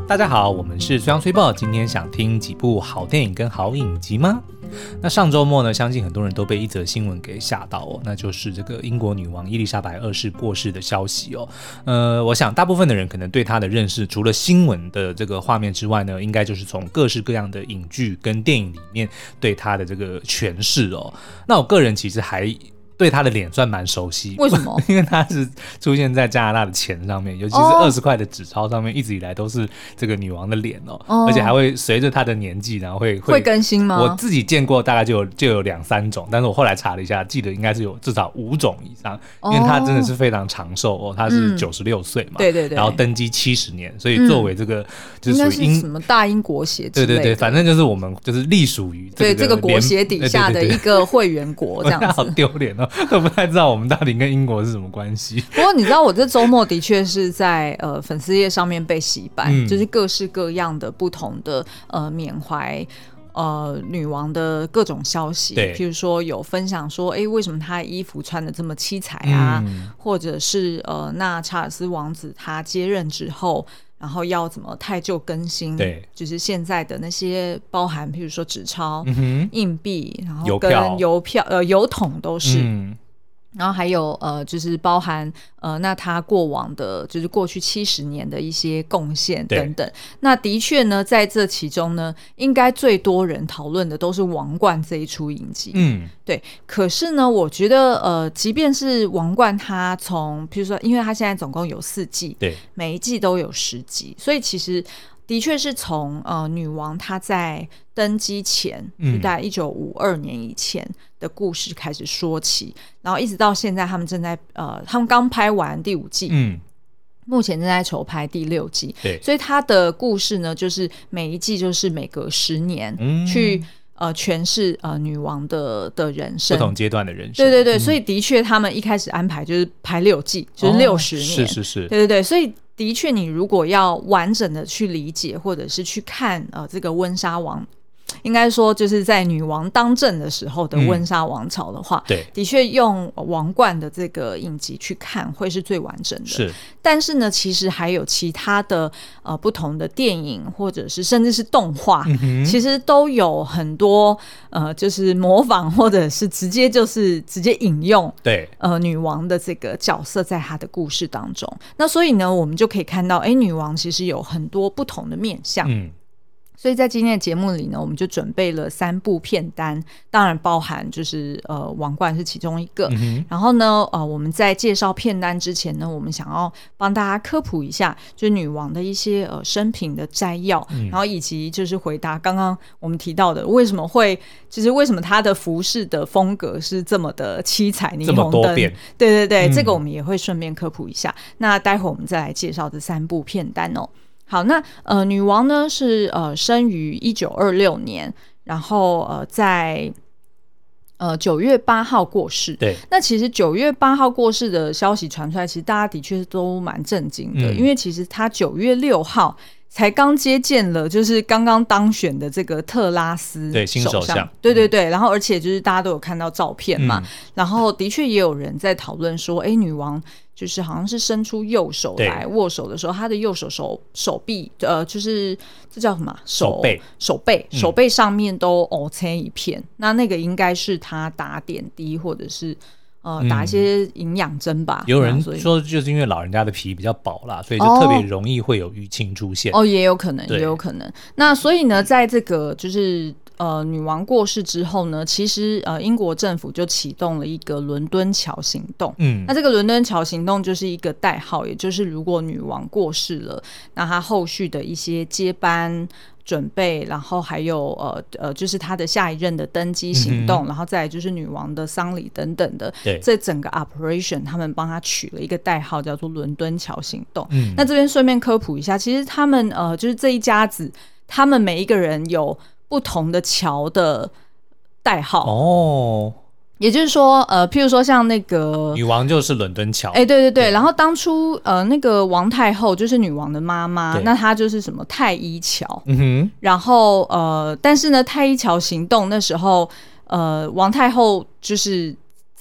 大家好，我们是虽阳虽报，今天想听几部好电影跟好影集吗？那上周末呢，相信很多人都被一则新闻给吓到哦，那就是这个英国女王伊丽莎白二世过世的消息哦。我想大部分的人可能对她的认识，除了新闻的这个画面之外呢，应该就是从各式各样的影剧跟电影里面对她的这个诠释哦。那我个人其实还对他的脸算蛮熟悉， 为什么？ 因为他是出现在加拿大的钱上面，尤其是20块的纸钞上面，一直以来都是这个女王的脸哦，而且还会随着她的年纪，然后会更新吗？ 我自己见过，大概就有2-3种，但是我后来查了一下，记得应该是有至少5种以上，因为他真的是非常长寿哦，他是96岁嘛， 对对对， 然后登基70年，所以作为这个就是属于什么大英国协之类的， 对对对，反正就是我们就是隶属于这个国协底下的一个会员国这样子， 好丢脸哦，都不太知道我们到底跟英国是什么关系。 不过你知道，我这周末的确是在粉丝页上面被洗版，就是各式各样的不同的缅怀女王的各种消息，譬如说有分享说，为什么她的衣服穿得这么七彩啊？或者是那查尔斯王子他接任之后，然后要怎么太旧更新？对，就是现在的那些包含，譬如说纸钞、硬币，然后跟邮票、邮筒都是。然后还有就是包含那他过往的就是过去70年的一些贡献等等。那的确呢，在这其中呢，应该最多人讨论的都是王冠这一出影集。对。可是呢，我觉得即便是王冠，它从譬如说，因为它现在总共有4季，对，每一季都有10集，所以其实的确是从女王她在登基前，就大概1952年以前的故事开始说起，然后一直到现在，他们正在他们刚拍完第5季，目前正在筹拍第6季，对，所以他的故事呢，就是每一季就是每隔10年去诠释女王的人生， 不同阶段的人生， 对对对，所以的确他们一开始安排就是拍6季，就是60年， 是， 对对对，所以的确你如果要完整的去理解或者是去看这个温莎王，应该说就是在女王当政的时候的温莎王朝的话，对，的确用王冠的这个影集去看会是最完整的。是，但是呢，其实还有其他的不同的电影或者是甚至是动画，其实都有很多就是模仿或者是直接引用对女王的这个角色在她的故事当中。那所以呢，我们就可以看到，女王其实有很多不同的面向。所以在今天的节目里呢，我们就准备了3部片单，当然包含就是王冠是其中一个。然后呢我们在介绍片单之前呢，我们想要帮大家科普一下，就是女王的一些生平的摘要，然后以及就是回答刚刚我们提到的为什么她的服饰的风格是这么的七彩霓虹灯，对对对，这个我们也会顺便科普一下。那待会我们再来介绍这3部片单哦。好，那女王呢是生于1926年，然后在9月8号过世。对，那其实9月8号过世的消息传出来，其实大家的确都蛮震惊的，因为其实他9月6号才刚接见了就是刚刚当选的这个特拉斯新首相，对对对，然后而且就是大家都有看到照片嘛，然后的确也有人在讨论说，女王就是好像是伸出右手来握手的时候，他的右手手臂就是这叫什么手背上面都青一片，那个应该是他打点滴或者是打一些营养针吧。有人说就是因为老人家的皮比较薄啦，所以就特别容易会有淤青出现。 也有可能，也有可能。那所以呢，在这个就是女王过世之后呢，其实英国政府就启动了一个伦敦桥行动。那这个伦敦桥行动就是一个代号，也就是如果女王过世了，那她后续的一些接班准备，然后还有就是她的下一任的登基行动，然后再来就是女王的丧礼等等的，这整个 operation 他们帮她取了一个代号叫做伦敦桥行动。那这边顺便科普一下，其实他们就是这一家子，他们每一个人有不同的桥的代号也就是说譬如说像那个女王就是伦敦桥， 对对对，然后当初那个王太后就是女王的妈妈，那她就是什么太医桥，然后但是呢太医桥行动那时候王太后就是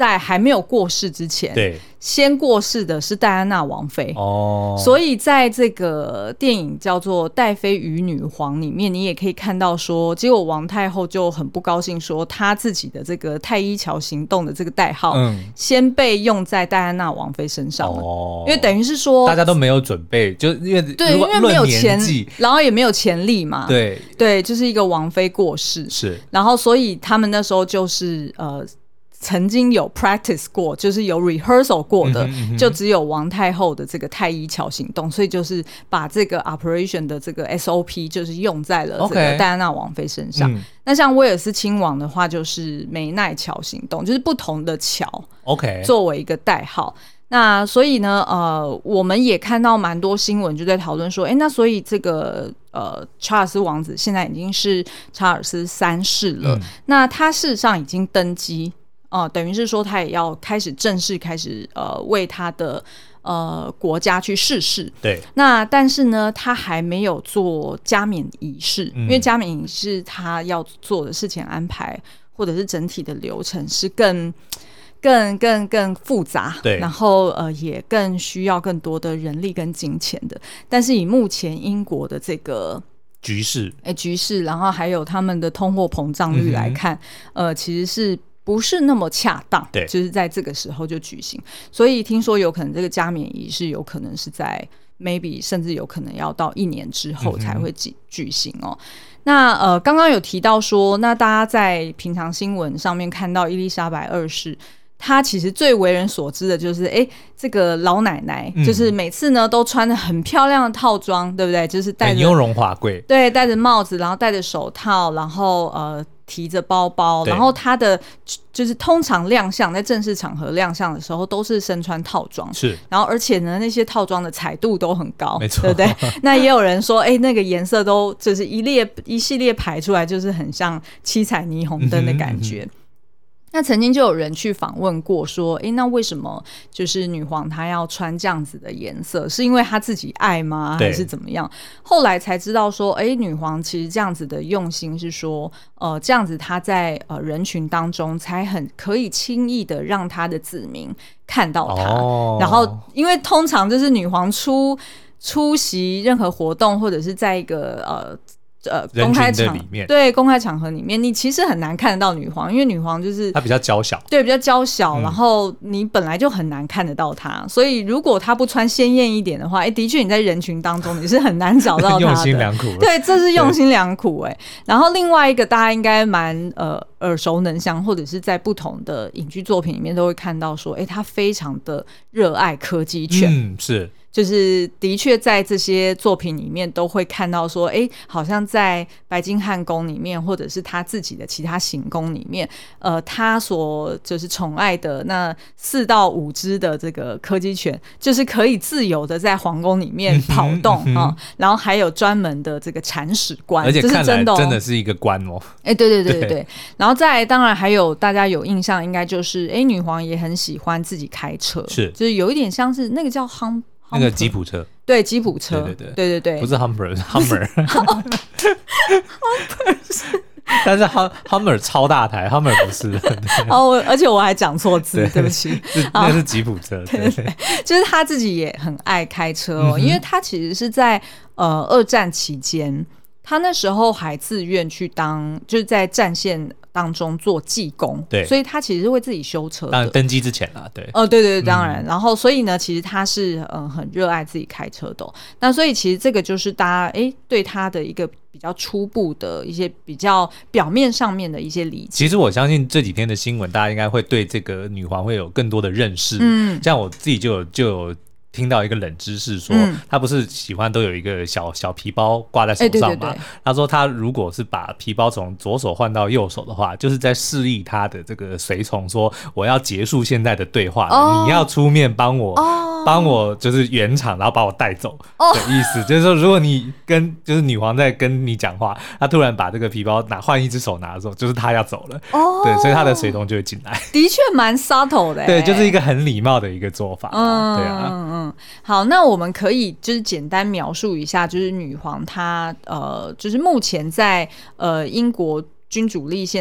在还没有过世之前， 对， 先过世的是戴安娜王妃所以在这个电影叫做《戴妃与女皇》里面，你也可以看到说，结果王太后就很不高兴，说她自己的这个太医桥行动的这个代号，先被用在戴安娜王妃身上了因为等于是说大家都没有准备，就因为没有钱，然后也没有潜力嘛，对，就是一个王妃过世， 是， 然后所以他们那时候就是曾经有 practice 过，就是有 rehearsal 过的，就只有王太后的这个太医桥行动，所以就是把这个 operation 的这个 SOP 就是用在了这个戴安娜王妃身上。那像威尔斯亲王的话，就是梅奈桥行动，就是不同的桥作为一个代号。那所以呢，我们也看到蛮多新闻就在讨论说，那所以这个查尔斯王子现在已经是查尔斯3世了，那他事实上已经登基。等于是说他也要正式开始为他的国家去逝世。对。那但是呢，他还没有做加冕仪式，因为加冕仪式他要做的事前安排或者是整体的流程是更复杂，对，然后也更需要更多的人力跟金钱的。但是以目前英国的这个局势，然后还有他们的通货膨胀率来看，其实是不是那么恰当，对，就是在这个时候就举行，所以听说有可能这个加冕仪式有可能是在 maybe 甚至有可能要到1年之后才会举行那刚刚有提到说，那大家在平常新闻上面看到伊丽莎白2世，她其实最为人所知的就是这个老奶奶就是每次呢都穿着很漂亮的套装，对不对？就是戴着很雍容华贵， 对，戴着帽子，然后戴着手套，然后提着包包，然后他的就是通常亮相在正式场合亮相的时候都是身穿套装，是，然后而且呢那些套装的彩度都很高，没错，对不对？那也有人说那个颜色都就是一系列排出来，就是很像七彩霓虹灯的感觉那曾经就有人去访问过说，那为什么就是女皇她要穿这样子的颜色，是因为她自己爱吗还是怎么样？后来才知道说女皇其实这样子的用心是说这样子她在人群当中才很可以轻易的让她的子民看到她然后因为通常就是女皇出席任何活动或者是在一个公开场里面，对，公开场合里面，你其实很难看得到女皇，因为女皇就是她比较娇小， 对，比较娇小，然后你本来就很难看得到她，所以如果她不穿鲜艳一点的话，的确你在人群当中你是很难找到她的， 用心良苦， 对，这是用心良苦然后另外一个大家应该蛮耳熟能详，或者是在不同的影剧作品里面都会看到说，她非常的热爱柯基犬，是。就是的确在这些作品里面都会看到说好像在白金汉宫里面或者是他自己的其他行宫里面他所就是宠爱的那4到5只的这个柯基犬就是可以自由的在皇宫里面跑动然后还有专门的这个铲屎官， 而且看来真的是一个官对然后再来当然还有大家有印象应该就是女皇也很喜欢自己开车，是，就是有一点像是那个叫那个吉普车， 对，吉普车，对， 不是 Hummer 是，但是 Hummer 超大台 ，Hummer 不是而且我还讲错字，对不起， 那是吉普车，对， 就是他自己也很爱开车因为他其实是在2战期间，他那时候还自愿去当，就是在战线当中做技工，对，所以他其实是会自己修车的， 当然登基之前啦，对， 对，当然，然后所以呢，其实他是很热爱自己开车的那所以其实这个就是大家对他的一个比较初步的一些比较表面上面的一些理解。 其实我相信这几天的新闻，大家应该会对这个女皇会有更多的认识，像我自己就有听到一个冷知识说，他不是喜欢都有一个小皮包挂在手上吗？他说他如果是把皮包从左手换到右手的话，就是在示意他的这个随从说，我要结束现在的对话你要出面帮我就是圆场，然后把我带走的意思就是说，如果你就是女皇在跟你讲话，她突然把这个皮包换一只手拿的时候，就是她要走了对，所以她的随从就会进来， 的确蛮 subtle 的对，就是一个很礼貌的一个做法对啊好，那我们可以就是简单描述一下，就是女皇她就是目前在英国君主立宪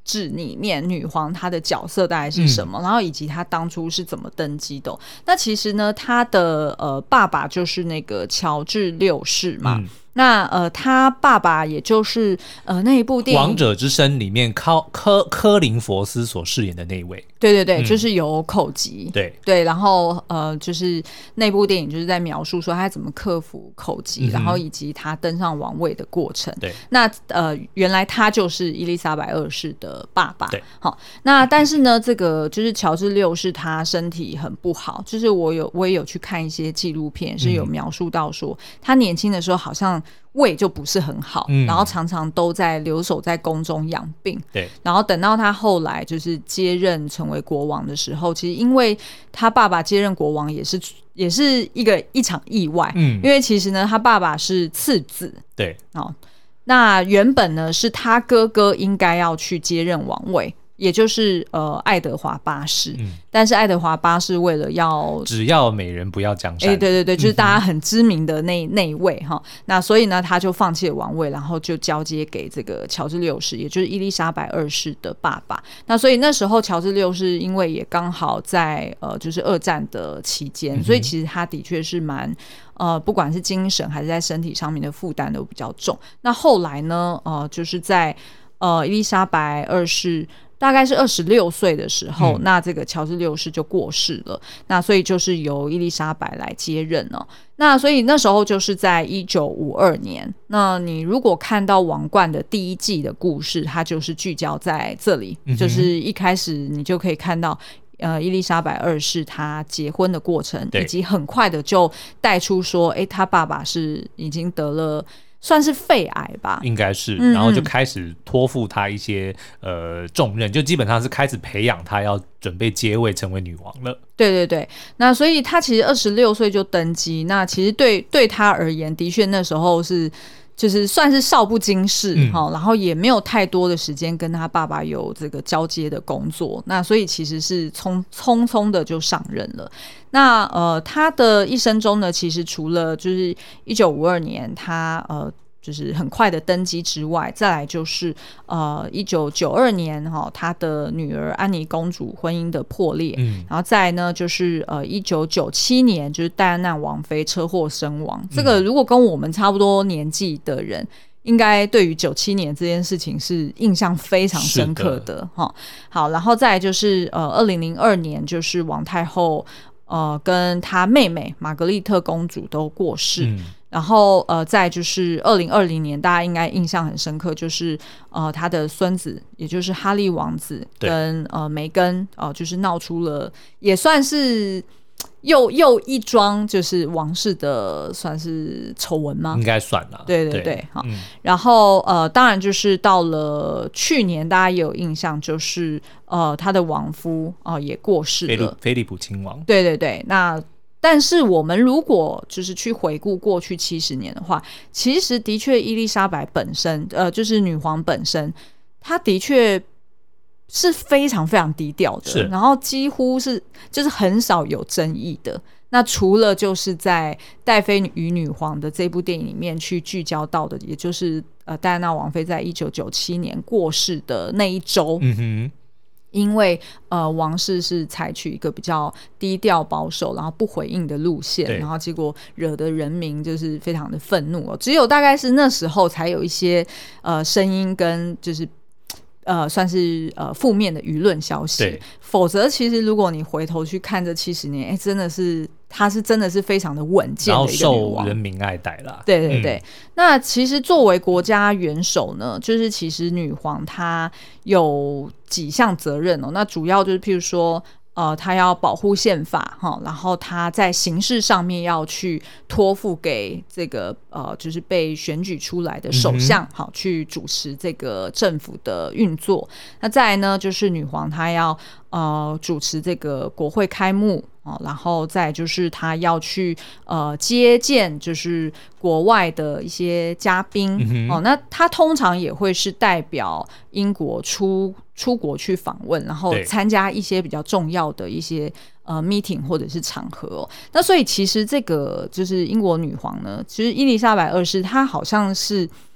制里面女皇她的角色大概是什么，然后以及她当初是怎么登基的。那其实呢，她的爸爸就是那个乔治六世嘛。那他爸爸也就是那一部电影《 王者之声》里面科林佛斯所饰演的那一位， 对对对，就是有口疾，对，然后就是那部电影就是在描述说他怎么克服口疾，然后以及他登上王位的过程。 对， 那原来他就是伊丽莎白二世的爸爸。对，好，那但是呢，这个就是乔治六世他身体很不好，就是我也有去看一些纪录片，是有描述到说他年轻的时候好像胃就不是很好，然后常常都在留守在宫中养病。 对， 然后等到他后来就是接任成为国王的时候，其实因为他爸爸接任国王也是一场意外。因为其实呢，他爸爸是次子。 对， 那原本呢是他哥哥应该要去接任王位。也就是爱德华八世，但是爱德华八世为了只要美人不要江山， 对对对，就是大家很知名的那一位哈。那所以呢，他就放弃了王位，然后就交接给这个乔治六世，也就是伊丽莎白二世的爸爸。那所以那时候乔治六世因为也刚好在就是二战的期间，所以其实他的确是蛮不管是精神还是在身体上面的负担都比较重。那后来呢，就是在伊丽莎白二世大概是26岁的时候，那这个乔治六世就过世了，那所以就是由伊丽莎白来接任了。那所以那时候就是在1952年，那你如果看到王冠的第一季的故事，它就是聚焦在这里，就是一开始你就可以看到伊丽莎白二世她结婚的过程，以及很快的就带出说她爸爸是已经得了算是肺癌吧， 应该是，然后就开始托付他一些重任，就基本上是开始培养他要准备接位成为女王了。 对对对，那所以他其实26岁就登基，那其实对他而言，的确那时候是就是算是少不经事，然后也没有太多的时间跟他爸爸有这个交接的工作，那所以其实是匆匆的就上任了。那他的一生中呢，其实除了就是1952年他就是很快的登基之外，再来就是1992年他的女儿安妮公主婚姻的破裂，然后再来呢就是1997年就是戴安娜王妃车祸身亡。这个如果跟我们差不多年纪的人，应该对于97年这件事情是印象非常深刻的。好，然后再来就是2002年就是王太后跟她妹妹玛格丽特公主都过世，然后再就是2020年大家应该印象很深刻，就是他的孙子也就是哈利王子跟梅根就是闹出了也算是又一桩就是王室的算是丑闻吗？ 应该算啦。 对对对，然后当然就是到了去年大家也有印象，就是他的亡夫也过世了， 菲利普亲王。 对对对，那但是我们如果就是去回顾过去70年的话，其实的确伊丽莎白本身就是女皇本身，她的确是非常非常低调的，然后几乎是就是很少有争议的。那除了就是在戴妃与女皇的这部电影里面去聚焦到的，也就是戴安娜王妃在1997年过世的那一周，因为王室是采取一个比较低调保守然后不回应的路线，然后结果惹得人民就是非常的愤怒只有大概是那时候才有一些声音跟就是算是负面的舆论消息，否则其实如果你回头去看这70年，真的是她是真的是非常的稳健的一个女王， 然后受人民爱戴啦。 对对对，那其实作为国家元首呢，就是其实女皇她有几项责任那主要就是譬如说他要保护宪法然后他在形式上面要去托付给这个就是被选举出来的首相去主持这个政府的运作。那再来呢就是女皇她要主持这个国会开幕然后再就是他要去接见就是国外的一些嘉宾那他通常也会是代表英国出国去访问，然后参加一些比较重要的一些meeting 或者是场合那所以其实这个就是英国女皇呢，其实伊丽莎白二世她好像是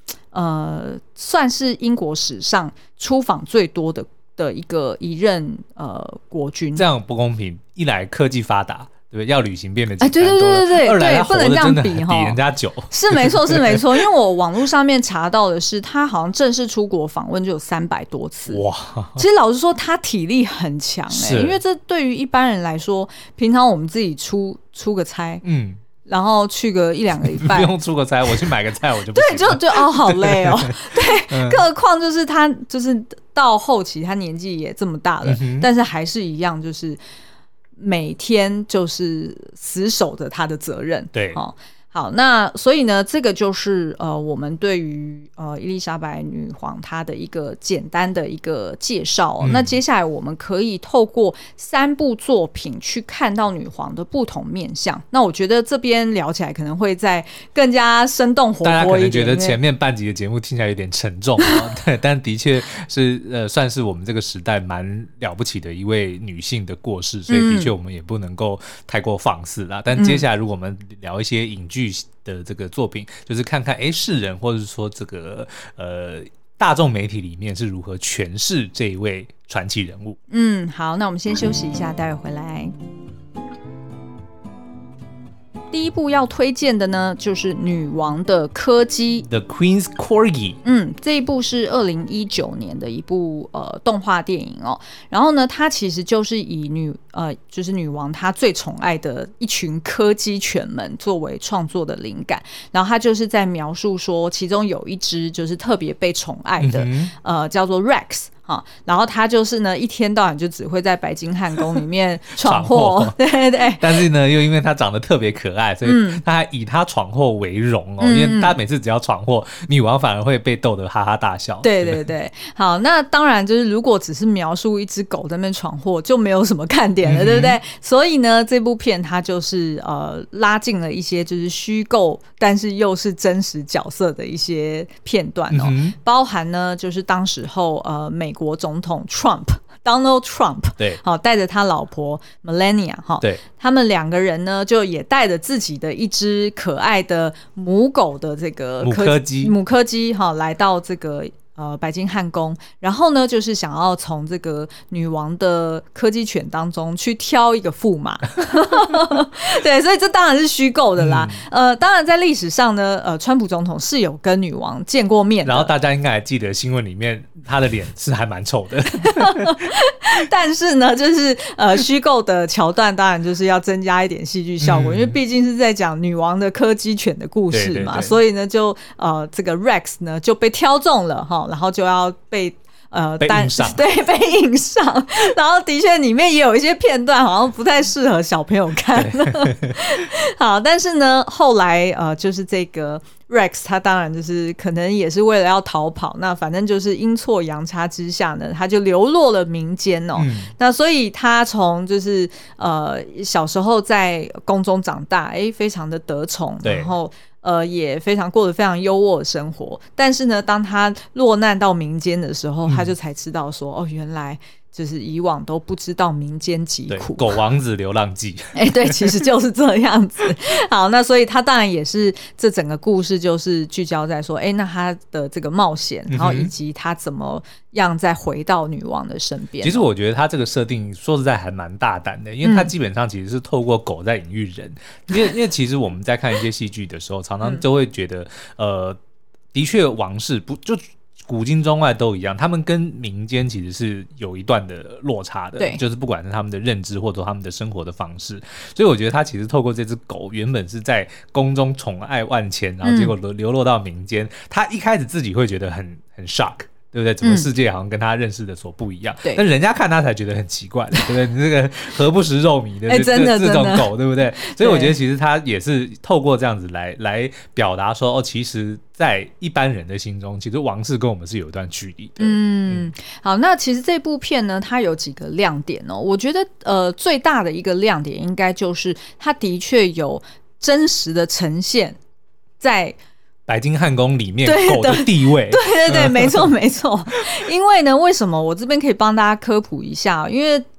算是英国史上出访最多的一任国君。 这样不公平，一来科技发达，对不对？要旅行变得简单多了， 对， 二来他活得真的比人家久， 是没错，是没错。因为我网络上面查到的是，他好像正式出国访问就有300多次。哇！其实老实说，他体力很强因为这对于一般人来说，平常我们自己出个差，然后去个1-2个礼拜， 不用出个差，我去买个菜我就不行对，就好累哦。对，更何况就是他就是到后期，他年纪也这么大了，但是还是一样就是。每天就是死守着他的责任。 对， 好，那所以呢，这个就是我们对于伊丽莎白女皇她的一个简单的一个介绍那接下来我们可以透过3部作品去看到女皇的不同面向。那我觉得这边聊起来可能会再更加生动活泼一点。 大家可能觉得前面半集的节目听起来有点沉重对，但的确是算是我们这个时代蛮了不起的一位女性的过世，所以的确我们也不能够太过放肆啦。但接下来如果我们聊一些影剧的这个作品，就是看看世人或者是说这个大众媒体里面是如何诠释这一位传奇人物。 好，那我们先休息一下，待会回来。第一部要推荐的呢，就是女王的柯基 The Queen's Corgi。 这一部是2019年的一部动画电影然后呢，它其实就是以就是女王她最宠爱的一群柯基犬们作为创作的灵感。然后它就是在描述说，其中有一只就是特别被宠爱的，叫做 Rex。然后他就是呢，一天到晚就只会在白金汉宫里面闯祸，对。 但是呢，又因为他长得特别可爱，所以他还以他闯祸为荣因为他每次只要闯祸，女王反而会被逗得哈哈大笑。 对。好，那当然就是如果只是描述一只狗在那边闯祸，就没有什么看点了，对不对？所以呢，这部片它就是拉进了一些就是虚构，但是又是真实角色的一些片段包含呢就是当时候美国总统 Donald Trump 对， 带着他老婆 Melania 对， 他们2个人呢就也带着自己的一只可爱的母狗的这个母柯基来到这个白金汉宫，然后呢就是想要从这个女王的柯基犬当中去挑一个驸马对，所以这当然是虚构的啦当然在历史上呢川普总统是有跟女王见过面的， 然后大家应该还记得新闻里面他的脸是还蛮丑的但是呢就是虚构的桥段当然就是要增加一点戏剧效果因为毕竟是在讲女王的柯基犬的故事嘛，对，所以呢就这个 Rex 呢就被挑中了然后就要被印上， 对，被印上。然后的确里面也有一些片段好像不太适合小朋友看好，但是呢后来就是这个 Rex 他当然就是可能也是为了要逃跑，那反正就是阴错阳差之下呢他就流落了民间那所以他从就是小时候在宫中长大非常的得宠，然后也过得非常优渥的生活，但是呢当他落难到民间的时候他就才知道说原来就是以往都不知道民间疾苦， 狗王子流浪记对，其实就是这样子好，那所以他当然也是这整个故事就是聚焦在说那他的这个冒险然后以及他怎么样再回到女王的身边其实我觉得他这个设定说实在还蛮大胆的，因为他基本上其实是透过狗在隐喻人因为其实我们在看一些戏剧的时候常常就会觉得的确王室不就古今中外都一样，他们跟民间其实是有一段的落差的，对，就是不管是他们的认知或者他们的生活的方式，所以我觉得他其实透过这只狗原本是在宫中宠爱万千，然后结果流落到民间他一开始自己会觉得很 shock，对不对？整个世界好像跟他认识的所不一样，但人家看他才觉得很奇怪的，对不对？你这个何不食肉糜的这种狗，对不对？所以我觉得其实他也是透过这样子来表达说其实在一般人的心中其实王室跟我们是有一段距离的。 好，那其实这部片呢它有几个亮点我觉得最大的一个亮点应该就是它的确有真实的呈现在白金汉宫里面狗的地位， 对，没错因为呢为什么我这边可以帮大家科普一下因为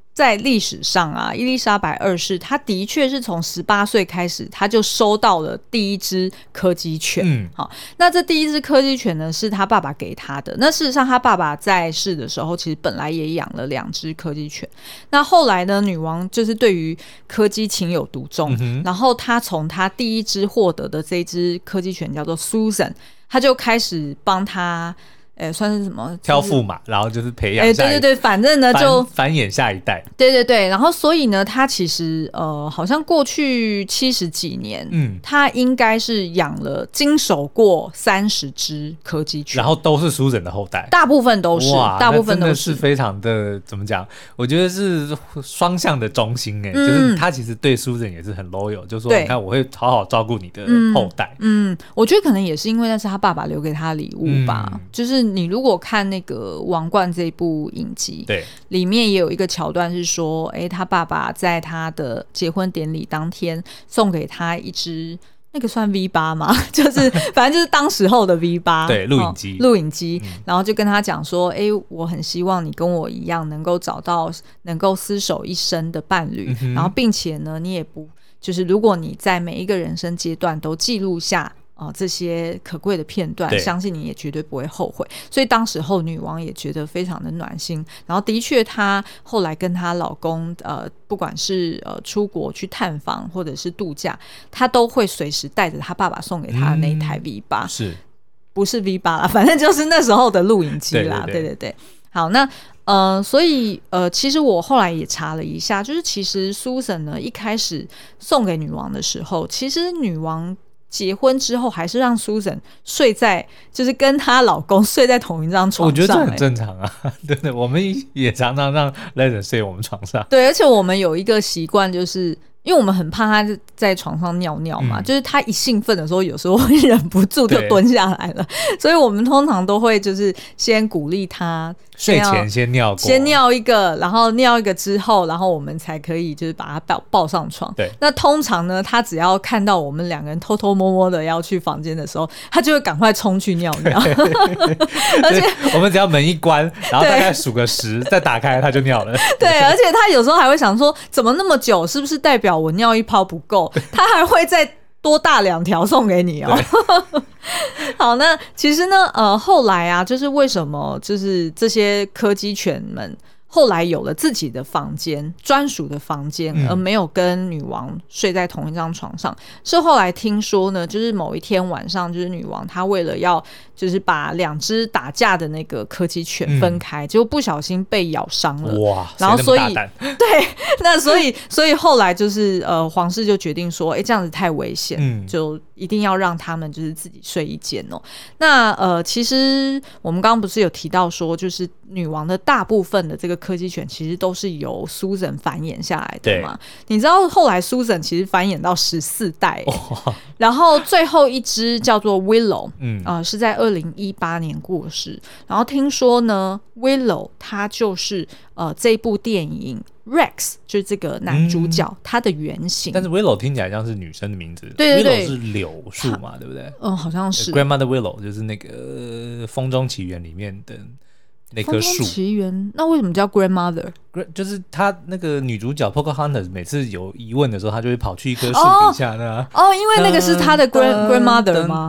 在历史上啊，伊丽莎白二世她的确是从18岁开始，她就收到了第一只柯基犬。好，那这第一只柯基犬呢，是她爸爸给她的。那事实上，她爸爸在世的时候，其实本来也养了2只柯基犬。那后来呢，女王就是对于柯基情有独钟，然后她从她第一只获得的这一只柯基犬叫做 Susan， 她就开始帮她。算是什么挑驸马，然后就是培养下一对，反正呢就繁衍下一代。 对，然后所以呢，他其实好像过去70几年，他应该是养了经手过30只柯基犬， 然后都是Susan的后代， 大部分都是，大部分都是非常的怎么讲？我觉得是双向的忠心就是他其实对Susan也是很 loyal， 就说你看我会好好照顾你的后代。 我觉得可能也是因为那是他爸爸留给他的礼物吧，就是你如果看那个《王冠》这部影集， 对， 里面也有一个桥段是说，他爸爸在他的结婚典礼当天送给他一只。那个算 V8 吗？就是反正就是当时候的 V8 对，录影机， 然后就跟他讲说我很希望你跟我一样能够找到能够厮守一生的伴侣，然后并且呢你也不就是如果你在每一个人生阶段都记录下这些可贵的片段，相信你也绝对不会后悔。所以当时候女王也觉得非常的暖心，然后的确她后来跟她老公不管是出国去探访或者是度假，她都会随时带着她爸爸送给她的那一台 V8， 是不是 V8 啦，反正就是那时候的录影机啦。对，好，那所以其实我后来也查了一下，就是其实 Susan 呢一开始送给女王的时候，其实女王结婚之后还是让 Susan 睡在就是跟她老公睡在同一张床上。 我觉得这很正常啊，对对，我们也常常让 Legend 睡我们床上。 对，而且我们有一个习惯，就是因为我们很怕他在床上尿尿嘛，就是他一兴奋的时候有时候会忍不住就蹲下来了，所以我们通常都会就是先鼓励他睡前先尿过， 先尿一个，然后尿一个之后，然后我们才可以就是把他抱上床。 对， 那通常呢，他只要看到我们2个人偷偷摸摸的要去房间的时候，他就会赶快冲去尿尿。 而且我们只要门一关，然后大概数个10，再打开他就尿了。 对，而且他有时候还会想说，怎么那么久？是不是代表我尿一泡不够？他还会再多大2条送给你哦。好，那其实呢，后来啊，就是为什么就是这些柯基犬们后来有了自己的房间，专属的房间，而没有跟女王睡在同一张床上，是后来听说呢，就是某一天晚上，就是女王她为了要就是把2只打架的那个柯基犬分开，结果不小心被咬伤了。 哇！ 然后所以对，那所以后来就是皇室就决定说，这样子太危险，就一定要让他们就是自己睡一间哦。那其实我们刚刚不是有提到说，就是女王的大部分的这个柯基犬其实都是由 Susan 繁衍下来的嘛？你知道后来 Susan 其实繁衍到14代，然后最后一只叫做 Willow，是在2018年过世。然后听说呢 ，Willow 他就是这部电影 Rex 就是这个男主角他的原型。 但是 Willow 听起来像是女生的名字， 对 Willow 是柳树嘛，对不对？ 好像是 Grandmother Willow， 就是那个《风中奇缘》里面的那棵树。 风中奇缘，那为什么叫 Grandmother？ 就是他那个女主角 Pocahontas 每次有疑问的时候，他就会跑去一棵树底下呢。 因为那个是他的 grandmother 吗？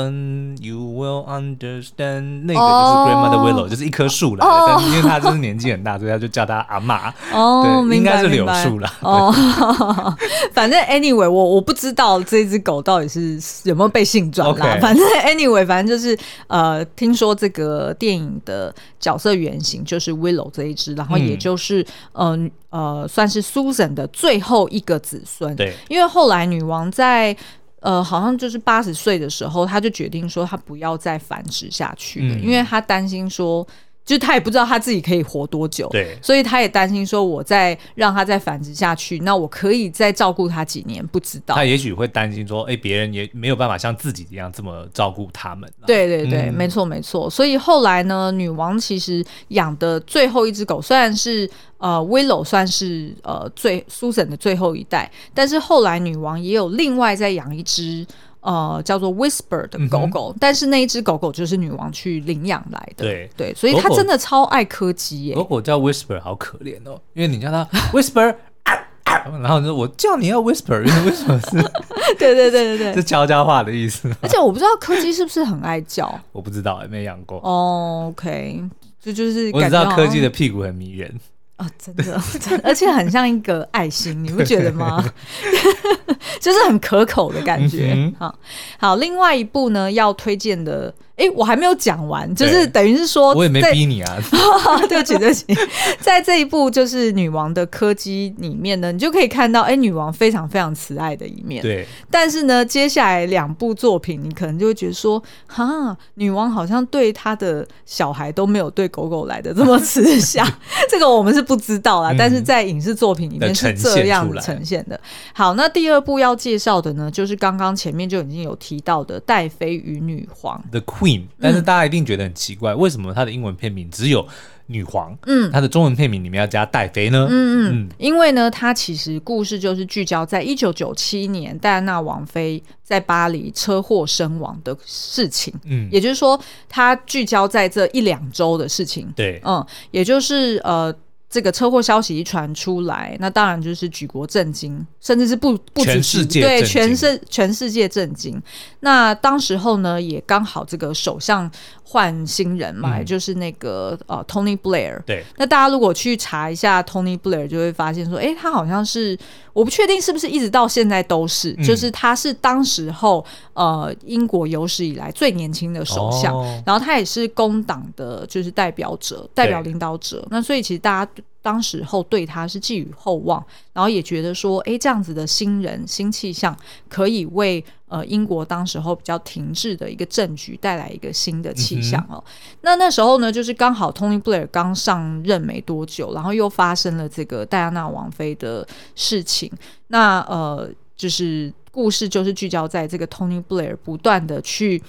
You will understand， 那个就是 Grandmother Willow， 就是一棵树来的。但因为他就是年纪很大，所以他就叫他阿嬷。对，应该是柳树啦。 反正 anyway， 我不知道这只狗到底是有没有被性转啦。反正 anyway， 反正就是听说这个电影的角色原型就是 Willow 这一只，然后也就是算是 Susan 的最后一个子孙。 对， 因为后来女王在好像就是80岁的时候，她就决定说她不要再繁殖下去了，因为她担心说。就是他也不知道他自己可以活多久， 对， 所以他也担心说，我再让他再繁殖下去，那我可以再照顾他几年，不知道。 他也许会担心说，别人也没有办法像自己一样这么照顾他们。 对对对，没错没错。所以后来呢，女王其实养的最后一只狗，虽然是Willow 算是Susan 的最后一代，但是后来女王也有另外再养一只。 叫做 Whisper 的狗狗，但是那一只狗狗就是女王去领养来的。 对， 所以她真的超爱柯基耶。 狗狗叫 Whisper 好可怜哦，因为你叫它 Whisper 然后我叫你要 Whisper， 因为 Whisper 是对是悄悄话的意思。 而且我不知道柯基是不是很爱叫， 我不知道，没养过。 OK， 就是我只知道柯基的屁股很迷人。 真的，而且很像一个爱心，你不觉得吗？就是很可口的感觉。好，另外一部呢要推荐的，我还没有讲完，就是等于是说， 我也没逼你啊。 对不起，在这一部就是女王的柯基里面呢，你就可以看到，女王非常非常慈爱的一面。 对， 但是呢，接下来2部作品，你可能就会觉得说，女王好像对她的小孩都没有对狗狗来的这么慈祥。这个我们是不知道啦，但是在影视作品里面是这样呈现的。好，那第2部要介绍的呢，就是刚刚前面就已经有提到的戴妃与女皇 The Queen， 但是大家一定觉得很奇怪，为什么它的英文片名只有女皇，它的中文片名里面要加戴妃呢？ 因为呢，它其实故事就是聚焦在1997年戴安娜王妃在巴黎车祸身亡的事情。也就是说，它聚焦在这1-2周的事情。 对， 也就是这个车祸消息一传出来，那当然就是举国震惊，甚至是不止全世界对震惊， 全世界震惊。那当时候呢，也刚好这个首相换新人嘛，也就是那个Tony Blair。 对， 那大家如果去查一下 Tony Blair， 就会发现说，他好像是，我不确定是不是一直到现在都是，就是他是当时候英国有史以来最年轻的首相，然后他也是工党的就是代表领导者。那所以其实大家当时候对他是寄予厚望，然后也觉得说，这样子的新人新气象可以为英国当时候比较停滞的一个政局带来一个新的气象那时候呢，就是刚好 Tony Blair 刚上任没多久，然后又发生了这个戴安娜王妃的事情。那就是故事就是聚焦在这个 Tony Blair 不断的去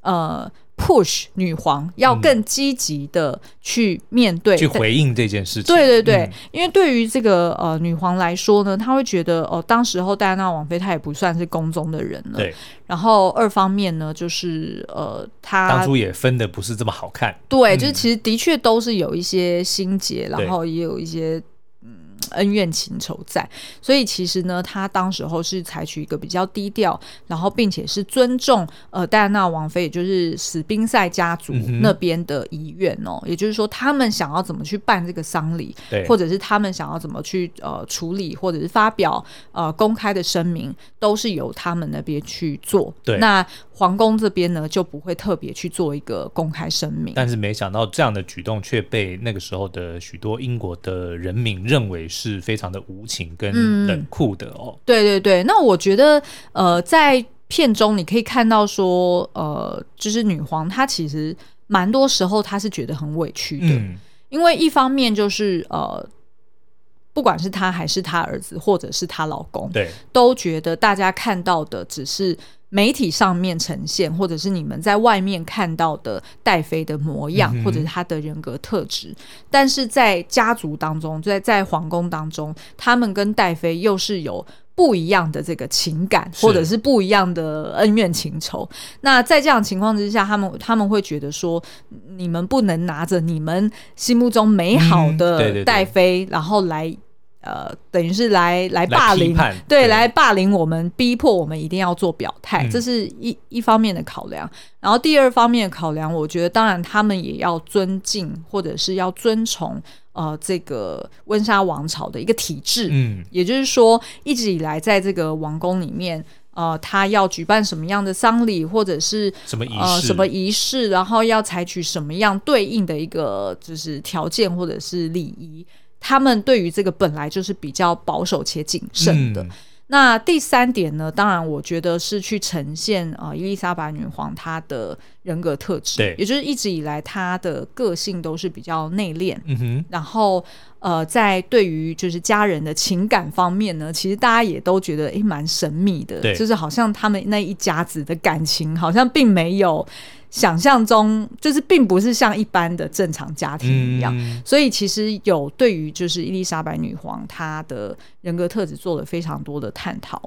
push 女皇要更积极的去面对去回应这件事情。 对，因为对于这个女皇来说呢，她会觉得当时候戴安娜王妃她也不算是宫中的人了。 对， 然后2方面呢，就是她当初也分的不是这么好看。 对，就是其实的确都是有一些心结，然后也有一些恩怨情仇在，所以其实呢，他当时候是采取一个比较低调，然后并且是尊重戴安娜王妃，也就是史宾塞家族那边的遗愿也就是说他们想要怎么去办这个丧礼，或者是他们想要怎么去处理，或者是发表公开的声明，都是由他们那边去做。 对， 那皇宫这边呢就不会特别去做一个公开声明。 但是没想到这样的举动却被那个时候的许多英国的人民认为是非常的无情跟冷酷的对，那我觉得在片中你可以看到说就是女皇她其实蛮多时候她是觉得很委屈的。因为一方面就是不管是她还是她儿子或者是她老公， 对， 都觉得大家看到的只是媒体上面呈现，或者是你们在外面看到的戴妃的模样，或者是她的人格特质，但是在家族当中，在皇宫当中，他们跟戴妃又是有不一样的这个情感，或者是不一样的恩怨情仇。那在这样的情况之下，他们会觉得说，你们不能拿着你们心目中美好的戴妃，然后来等于是来霸凌，对，来霸凌我们，逼迫我们一定要做表态，这是一方面的考量。然后第2方面的考量，我觉得当然他们也要尊敬或者是要尊崇这个温莎王朝的一个体制。也就是说一直以来在这个王宫里面他要举办什么样的丧礼，或者是什么仪式，然后要采取什么样对应的一个就是条件或者是礼仪，他们对于这个本来就是比较保守且谨慎的。那第3点呢，当然我觉得是去呈现伊丽莎白女皇她的人格特质，也就是一直以来她的个性都是比较内敛，然后在对于就是家人的情感方面呢，其实大家也都觉得蛮神秘的，就是好像他们那一家子的感情好像并没有想象中，就是并不是像一般的正常家庭一样，所以其实有对于就是伊丽莎白女皇她的人格特质做了非常多的探讨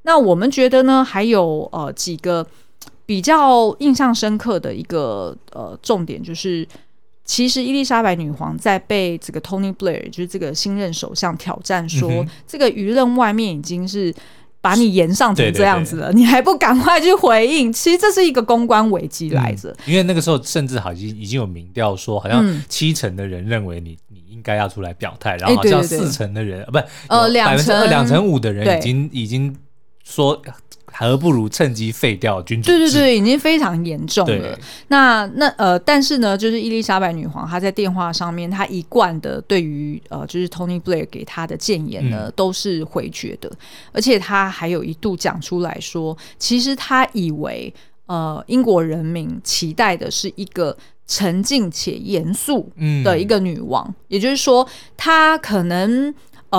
那我们觉得呢，还有几个比较印象深刻的一个重点，就是其实伊丽莎白女皇在被这个 Tony Blair 就是这个新任首相挑战说，这个舆论外面已经是把你延上成这样子了，对对对，你还不赶快去回应，其实这是一个公关危机来着。 因为那个时候甚至已经有民调说，好像70%的人认为你应该要出来表态，然后好像40%的人，不2%、5%的人已经说何不如趁机废掉君主制。 对对对，已经非常严重了。但是呢，就是伊丽莎白女皇她在电话上面，她一贯的对于就是 Tony Blair 给她的谏言呢，都是回绝的，而且她还有一度讲出来说，其实她以为英国人民期待的是一个沉静且严肃的一个女王，也就是说，她可能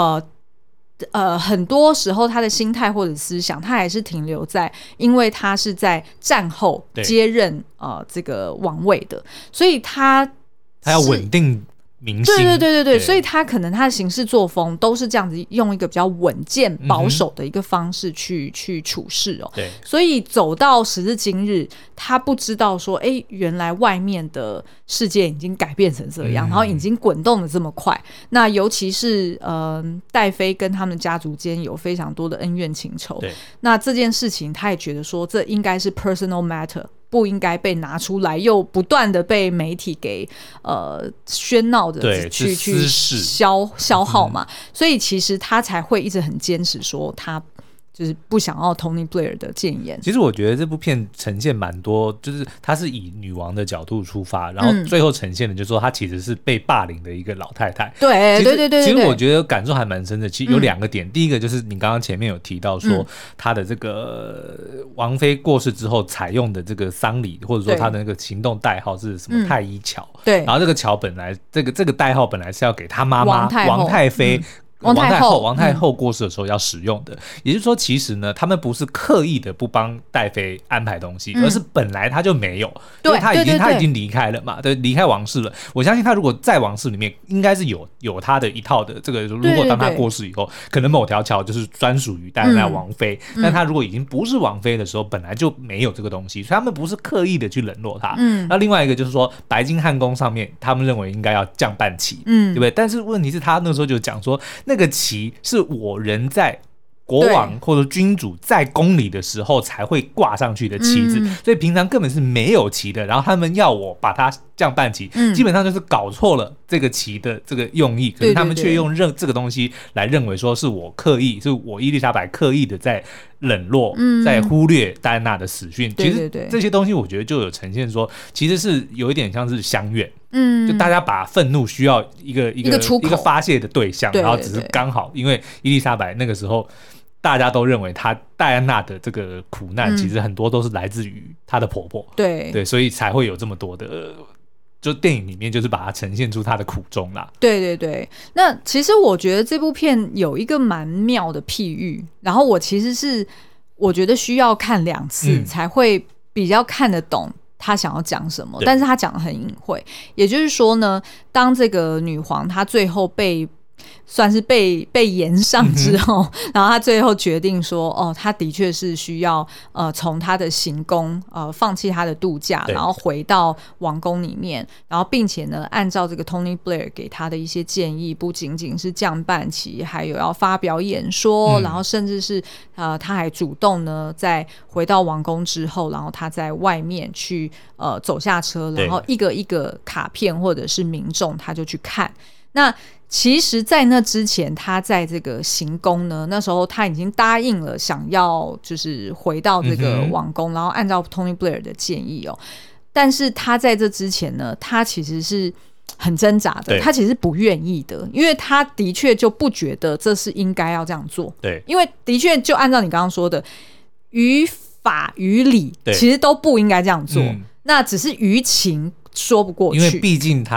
很多时候他的心态或者思想，他还是停留在，因为他是在战后接任这个王位的，所以他要稳定民心。 对，所以他可能他的行事作风都是这样子，用一个比较稳健保守的一个方式去处事哦。 对， 所以走到时至今日，他不知道说，原来外面的世界已经改变成这样，然后已经滚动的这么快。那尤其是戴妃跟他们家族间有非常多的恩怨情仇。 对， 那这件事情他也觉得说，这应该是 personal matter，不应该被拿出来，又不断的被媒体给喧闹的去消耗嘛，所以其实他才会一直很坚持说他就是不想要 Tony Blair 的谏言。 其实我觉得这部片呈现蛮多，就是他是以女王的角度出发，然后最后呈现的就是说她其实是被霸凌的一个老太太。 对， 其实我觉得感受还蛮深的。其实有2个点，第一个就是你刚刚前面有提到说，她的这个王妃过世之后采用的这个丧礼，或者说她的那个行动代号是什么太医桥。 对， 然后这个桥本来这个代号本来是要给她妈妈王太妃。王太后过世的时候要使用的，也就是说，其实呢，他们不是刻意的不帮戴妃安排东西，而是本来他就没有，因为他已经离开了嘛，对，离开王室了。我相信他如果在王室里面，应该是有他的一套的这个。如果当他过世以后，可能某条桥就是专属于戴安娜王妃，但他如果已经不是王妃的时候，本来就没有这个东西，所以他们不是刻意的去冷落他。那另外一个就是说，白金汉宫上面，他们认为应该要降半旗，对不对？但是问题是，他那时候就讲说，那个旗是我人在国王或者君主在宫里的时候才会挂上去的旗子，所以平常根本是没有旗的。然后他们要我把它降半旗，基本上就是搞错了这个旗的这个用意，可是他们却用这个东西来认为说是我伊丽莎白刻意的在冷落，在忽略戴安娜的死讯。其实这些东西我觉得就有呈现说，其实是有一点像是相怨。就大家把愤怒需要一个出口，一个发泄的对象，然后只是刚好因为伊丽莎白那个时候大家都认为戴安娜的这个苦难其实很多都是来自于她的婆婆，对，所以才会有这么多的，就电影里面就是把它呈现出她的苦衷啦。 对，那其实我觉得这部片有一个蛮妙的譬喻，然后我其实我觉得需要看2次才会比较看得懂他想要讲什么，但是他讲得很隐晦。也就是说呢，当这个女皇她最后算是被延上之后，然后他最后决定说，他的确是需要从他的行宫放弃他的度假，然后回到王宫里面，然后并且呢，按照这个 Tony Blair 给他的一些建议，不仅仅是降半旗，还有要发表演说，然后甚至是他还主动呢，在回到王宫之后，然后他在外面去走下车，然后一个一个卡片或者是民众他就去看。那其实在那之前，他在这个行宫呢，那时候他已经答应了想要就是回到这个王宫，然后按照 Tony Blair 的建议哦。但是他在这之前呢，他其实是很挣扎的，他其实不愿意的，因为他的确就不觉得这是应该要这样做。对，因为的确就按照你刚刚说的，于法于理其实都不应该这样做，那只是于情说不过去， 因为毕竟他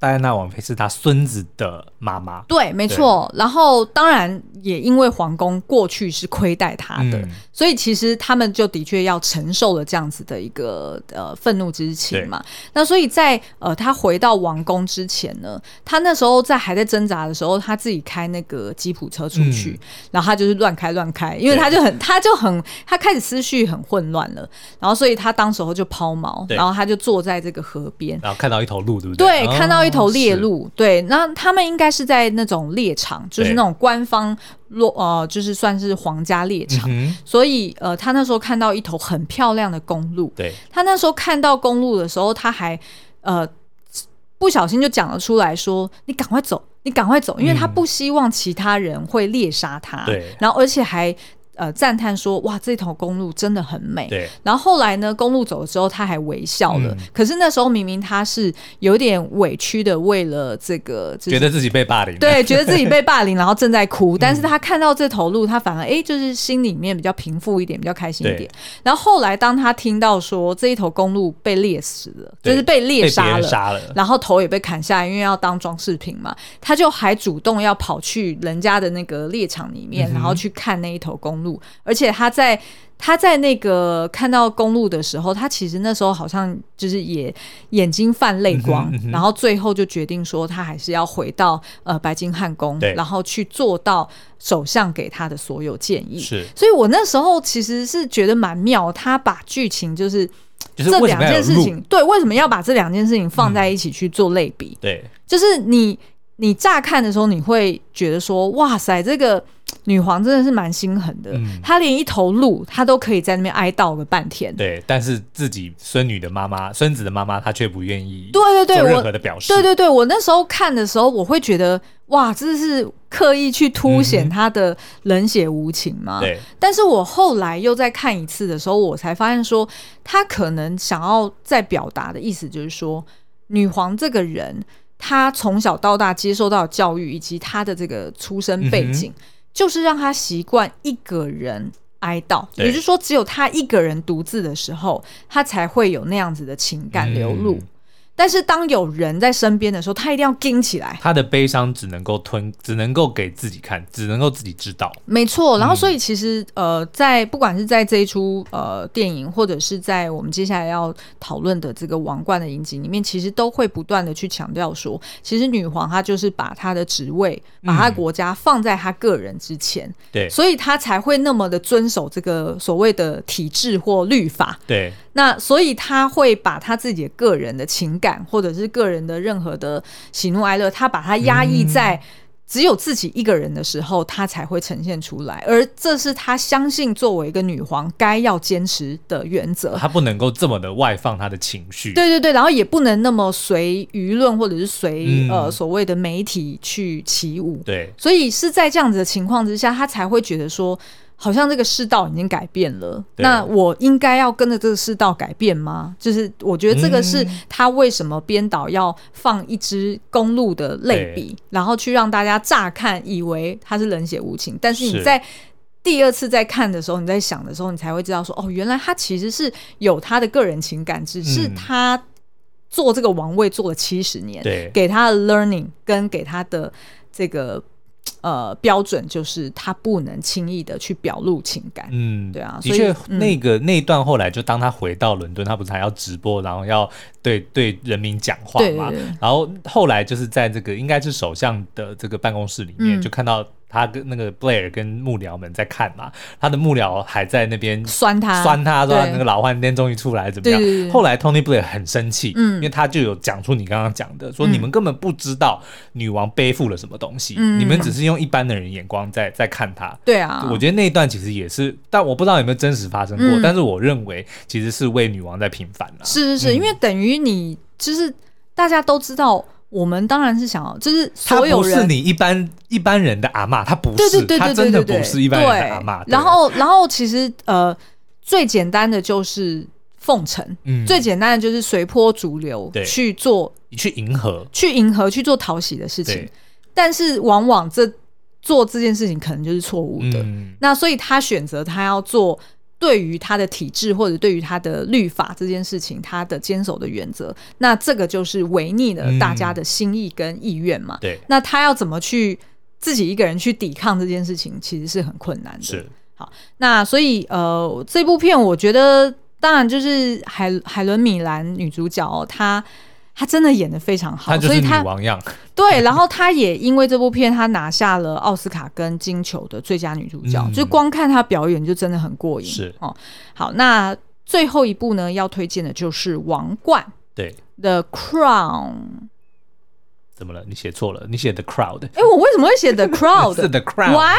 戴安娜王妃是他孙子的妈妈。 对，没错。然后当然也因为皇宫过去是亏待他的，所以其实他们就的确要承受了这样子的一个愤怒之情嘛。那所以在他回到王宫之前呢，他那时候还在挣扎的时候，他自己开那个吉普车出去，然后他就是乱开，因为他开始思绪很混乱了，然后所以他当时候就抛锚，然后他就坐在这个河边， 然后看到一头鹿，对不对？ 对，看到一头猎鹿，对，那他们应该是在那种猎场，就是那种官方就是算是皇家猎场，所以他那时候看到一头很漂亮的公鹿， 对， 他那时候看到公鹿的时候，他还不小心就讲了出来说：“你赶快走，你赶快走！”因为他不希望其他人会猎杀他， 对， 然后而且还赞叹说：“哇，这头公鹿真的很美。” 对。 然后后来呢，公鹿走了之后，他还微笑了。可是那时候明明他是有点委屈的，为了这个、 觉得自己被霸凌， 对，觉得自己被霸凌，然后正在哭。但是他看到这头鹿，他反而就是心里面比较平复一点，比较开心一点。然后后来当他听到说这一头公鹿被猎死了，就是被猎杀了，然后头也被砍下来，因为要当装饰品嘛，他就还主动要跑去人家的那个猎场里面，然后去看那一头公鹿。而且他在那个看到公鹿的时候，他其实那时候好像就是也眼睛泛泪光，然后最后就决定说他还是要回到白金汉宫，然后去做到首相给他的所有建议。是，所以我那时候其实是觉得蛮妙，他把剧情就是这两件事情，对，为什么要把这两件事情放在一起去做类比？ 对， 就是你乍看的时候，你会觉得说，哇塞，这个女皇真的是蛮心狠的，她连一头鹿她都可以在那边哀悼个半天。 对，但是自己孙子的妈妈她却不愿意做任何的表示。 对，我那时候看的时候，我会觉得哇，这是刻意去凸显她的冷血无情嘛。 对， 但是我后来又再看一次的时候，我才发现说，她可能想要再表达的意思就是说，女皇这个人，她从小到大接受到的教育以及她的这个出身背景，就是让她习惯一个人哀悼，也就是说只有她一个人独自的时候，她才会有那样子的情感流露。但是当有人在身边的时候，他一定要硬起来， 他的悲伤只能够给自己看，只能够自己知道。 没错。然后所以其实在不管是在这一出电影，或者是在我们接下来要讨论的这个王冠的影集里面，其实都会不断的去强调说，其实女皇她就是把她的职位，把她国家放在她个人之前， 对， 所以她才会那么的遵守这个所谓的体制或律法。 对， 那所以她会把她自己的个人的情感，或者是个人的任何的喜怒哀乐，她把它压抑在只有自己一个人的时候，她才会呈现出来。而这是她相信作为一个女皇该要坚持的原则， 她不能够这么的外放她的情绪。 对，然后也不能那么随舆论或者是随所谓的媒体去起舞。 对， 所以是在这样子的情况之下，她才会觉得说，好像这个世道已经改变了，那我应该要跟着这个世道改变吗？就是我觉得这个是他为什么编导要放一只公鹿的类比，然后去让大家乍看以为他是冷血无情，但是你在第二次在看的时候，你在想的时候，你才会知道说，哦，原来他其实是有他的个人情感，只是他做这个王位做了70年，给他的 learning 跟给他的这个标准就是他不能轻易的去表露情感。对啊， 的确，那一段后来就当他回到伦敦，他不是还要直播，然后要对人民讲话嘛？对，然后后来就是在这个应该是首相的这个办公室里面，就看到他跟那个 Blair 跟幕僚们在看嘛，他的幕僚还在那边酸他说那个老换天终于出来怎么样？对，后来 Tony Blair 很生气，因为他就有讲出你刚刚讲的，说你们根本不知道女王背负了什么东西，你们只是用一般的人眼光在看她。 对啊， 我觉得那一段其实也是，但我不知道有没有真实发生过，但是我认为其实是为女王在平反了。 是，因为等于你就是大家都知道。我们当然是想要，就是所有人， 他不是你一般人的阿嬷，他不是，他真的不是一般人的阿嬷。 然后其实最简单的就是奉承，最简单的就是随波逐流去迎合去做讨喜的事情，但是往往做这件事情可能就是错误的。那所以他选择他要做对于他的体制或者对于他的律法这件事情他的坚守的原则，那这个就是违逆了大家的心意跟意愿嘛。 对， 那他要怎么去自己一个人去抵抗这件事情，其实是很困难的。 是。 好，那所以这部片我觉得当然就是海伦米兰女主角她真的演得非常好， 她就是女王样。 对，然后她也因为这部片她拿下了奥斯卡跟金球的最佳女主角，就光看她表演就真的很过瘾。 是好，那最后一部呢要推荐的就是王冠， 对 The Crown。 怎么了？你写错了，你写 The Crowd。 我为什么会写 The Crowd？ 是 The Crown。 Why？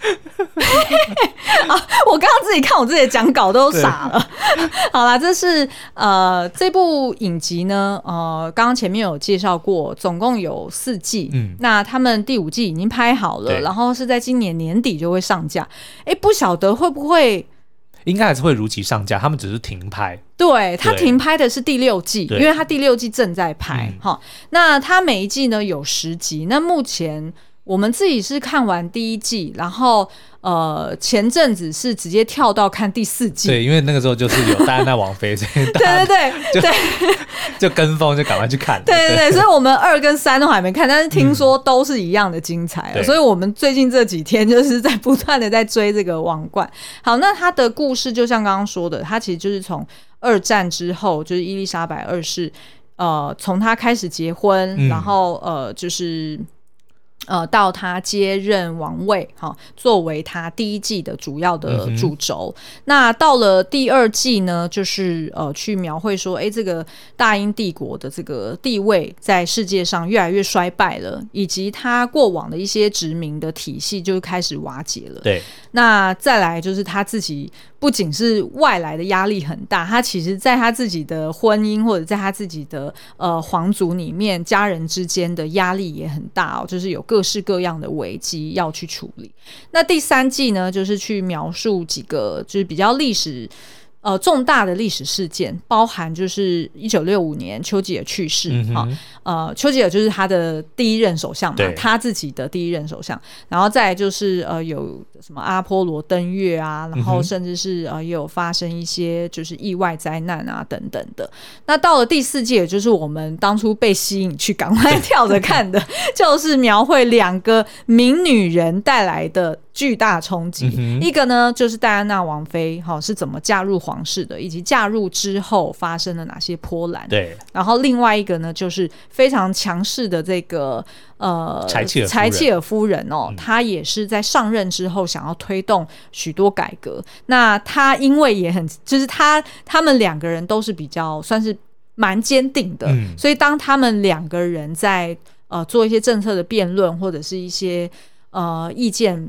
我刚刚自己看我自己的讲稿都傻了。好啦，这是这部影集呢，刚刚前面有介绍过，总共有4季。那他们第5季已经拍好了，然后是在今年年底就会上架。不晓得会不会？ 应该还是会如期上架，他们只是停拍。 对，他停拍的是第6季，因为他第6季正在拍。那他每一季呢有10集，那目前我们自己是看完第1季，然后前阵子是直接跳到看第4季。 对，因为那个时候就是有戴安娜王妃，所以就跟风，就赶快去看。 对，所以我们2跟3都还没看，但是听说都是一样的精彩。所以我们最近这几天就是在不断的在追这个王冠。好，那他的故事就像刚刚说的，他其实就是从2战之后，就是伊丽莎白2世从他开始结婚，然后就是到他接任王位，作为他第1季的主要的主轴。那到了第2季呢，就是去描绘说，这个大英帝国的这个地位在世界上越来越衰败了，以及他过往的一些殖民的体系就开始瓦解了。 对， 那再来就是他自己不仅是外来的压力很大，他其实在他自己的婚姻或者在他自己的皇族里面，家人之间的压力也很大就是有各式各样的危机要去处理。那第3季呢，就是去描述几个就是比较历史重大的历史事件，包含就是1965年丘吉尔去世。丘吉尔就是他的第1任首相嘛，他自己的第1任首相。然后再来就是有什么阿波罗登月啊，然后甚至是也有发生一些就是意外灾难啊等等的。那到了第4季，也就是我们当初被吸引去赶快跳着看的就是描绘2个名女人带来的巨大冲击。一个呢就是戴安娜王妃是怎么嫁入皇室的，以及嫁入之后发生了哪些波澜。 对， 然后另外一个呢就是非常强势的这个柴契尔夫人她也是在上任之后想要推动许多改革。那她因为也很就是他们2个人都是比较算是蛮坚定的，所以当他们2个人在做一些政策的辩论或者是一些意见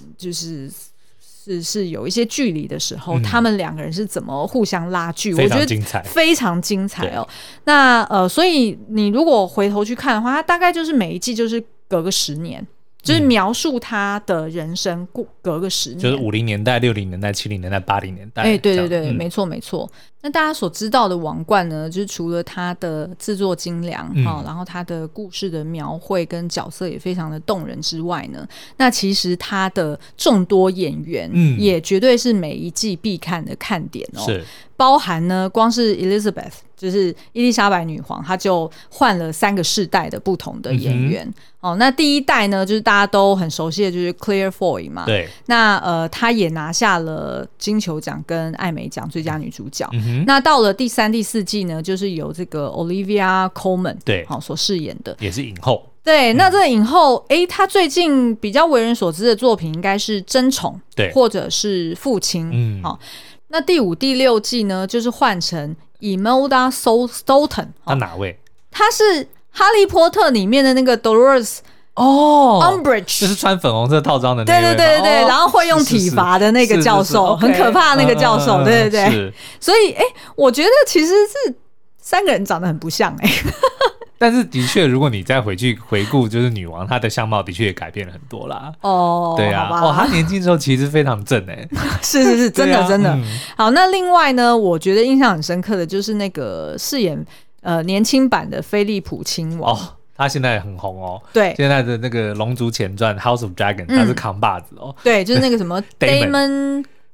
就是有一些距离的时候，他们2个人是怎么互相拉锯，我觉得非常精彩那所以你如果回头去看的话，它大概就是每一季就是隔个10年，就是描述他的人生隔个10年， 就是50年代、60年代、70年代、80年代。 对，没错没错。那大家所知道的王冠呢，就是除了它的制作精良然后它的故事的描绘跟角色也非常的动人之外呢，那其实它的众多演员也绝对是每一季必看的看点是包含呢光是 Elizabeth 就是伊丽莎白女皇，她就换了3个世代的不同的演员那第1代呢就是大家都很熟悉的就是 Claire Foy 嘛。 对， 那她也拿下了金球奖跟艾美奖最佳女主角。那到了第3、第4季呢，就是由这个 Olivia Colman 对所饰演的， 也是影后。 对，那这个影后她最近比较为人所知的作品应该是《争宠》 对， 或者是《父亲》。那第5、第6季呢，就是换成 Imelda Staunton。 她哪位？ 她是《哈利波特》里面的那个 Dolores Umbridge， 就是穿粉红色套装的那位。 对，然后会用体罚的那个教授，很可怕的那个教授。对。所以我觉得其实是3个人长得很不像但是的确如果你再回去回顾就是女王她的相貌的确也改变了很多啦。对啊，她年轻的时候其实非常正是真的好，那另外呢我觉得印象很深刻的就是那个饰演年轻版的菲利普亲王他现在很红对， 现在的那个龙族前传 House of Dragon 他是扛把子对，就是那个什么 Damon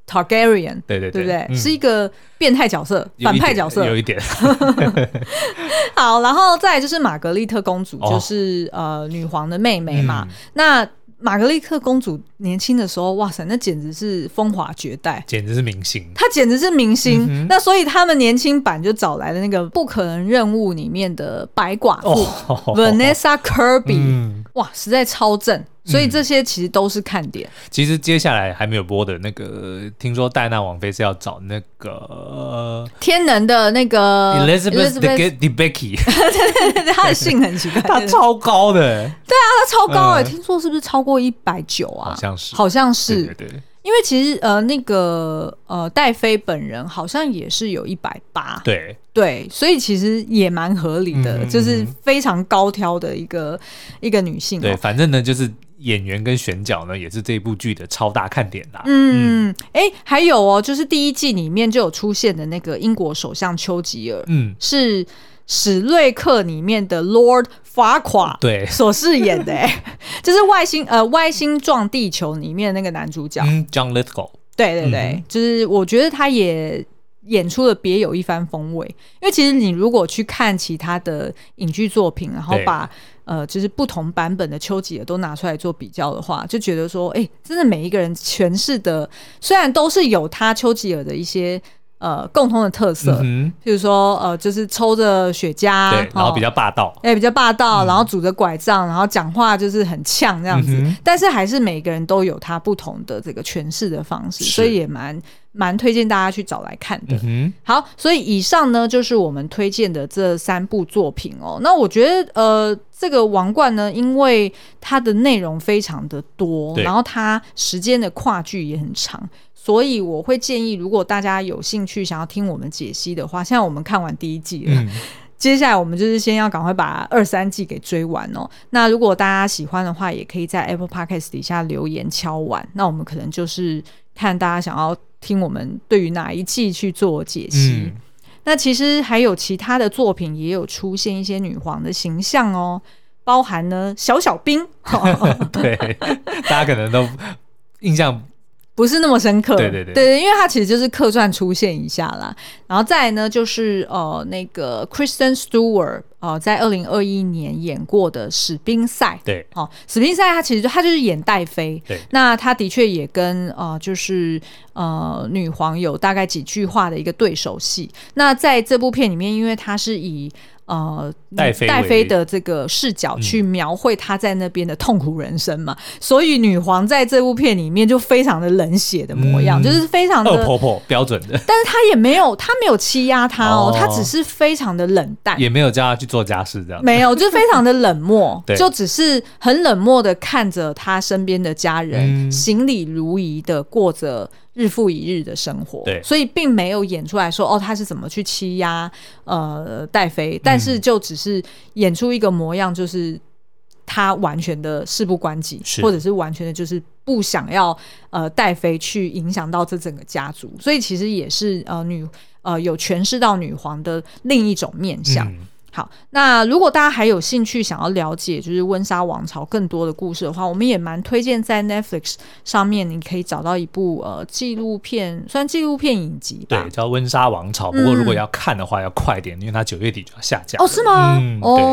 Targaryen， 对对对， 对不对？是一个变态角色，反派角色， 有一点。 好，然后再来就是玛格丽特公主，就是女皇的妹妹嘛。那玛格丽特公主年轻的时候，哇塞，那简直是风华绝代， 简直是明星。 她简直是明星。那所以他们年轻版就找来了那个《不可能任务》里面的白寡妇、Vanessa Kirby，哇，实在超正。所以这些其实都是看点。 其实接下来还没有播的那个，听说戴安王妃是要找那个天能的那个 Elizabeth Debicki， 对，她的姓很奇怪， 她超高的， 对啊，她超高哎，听说是不是超过190啊？好像是， 对对对。 因为其实那个戴妃本人好像也是有180，对，所以其实也蛮合理的，就是非常高挑的一个女性。 对，反正呢就是演员跟选角呢也是这部剧的超大看点啦。 还有就是第一季里面就有出现的那个英国首相丘吉尔，是史瑞克里面的 Lord Farquaad 对所饰演的就是外星撞地球里面的那个男主角 John Lithgow。 对对对，就是我觉得他也演出了别有一番风味。因为其实你如果去看其他的影剧作品，然后把就是不同版本的丘吉尔都拿出来做比较的话，就觉得说真的每一个人诠释的虽然都是有他丘吉尔的一些共通的特色，譬如说就是抽着雪茄， 对，然后比较霸道， 比较霸道，然后拄着拐杖，然后讲话就是很呛这样子，但是还是每个人都有他不同的这个诠释的方式，所以也蛮推荐大家去找来看的。好，所以以上呢就是我们推荐的这3部作品哦。那我觉得这个王冠呢，因为它的内容非常的多，然后它时间的跨距也很长，所以我会建议，如果大家有兴趣想要听我们解析的话，现在我们看完第1季了，接下来我们就是先要赶快把2、3季给追完哦。那如果大家喜欢的话，也可以在 Apple Podcast 底下留言敲碗，那我们可能就是看大家想要听我们对于哪一季去做解析。那其实还有其他的作品也有出现一些女皇的形象哦，包含呢小小兵对，大家可能都印象不是那么深刻， 对， 因为它其实就是客串出现一下啦。然后再来呢，就是那个 Kristen Stewart 在2021年演过的史宾赛， 对， 史宾赛他其实他就是演戴妃， 对， 那他的确也跟就是女皇有大概几句话的一个对手戏。那在这部片里面，因为他是以戴妃的这个视角去描绘她在那边的痛苦人生嘛，所以女皇在这部片里面就非常的冷血的模样，就是非常的恶婆婆标准的， 但是她没有欺压她她只是非常的冷淡， 也没有叫她去做家事这样， 没有，就非常的冷漠就只是很冷漠的看着她身边的家人行礼如仪的过着日复一日的生活，对，所以并没有演出来说他是怎么去欺压戴妃，但是就只是演出一个模样，就是他完全的事不关己，或者是完全的就是不想要戴妃去影响到这整个家族，所以其实也是有诠释到女皇的另一种面向。好，那如果大家还有兴趣想要了解就是温莎王朝更多的故事的话，我们也蛮推荐在 Netflix 上面你可以找到一部纪录片，算纪录片影集吧， 对，叫温莎王朝。不过如果要看的话要快点，因为它9月底就要下架了。 是吗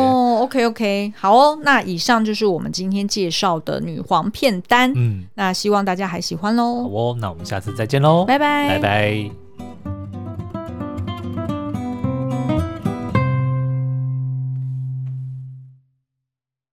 ？OK， 好哦。那以上就是我们今天介绍的女皇片单，那希望大家还喜欢咯。 好哦，那我们下次再见咯， 拜拜， 拜拜。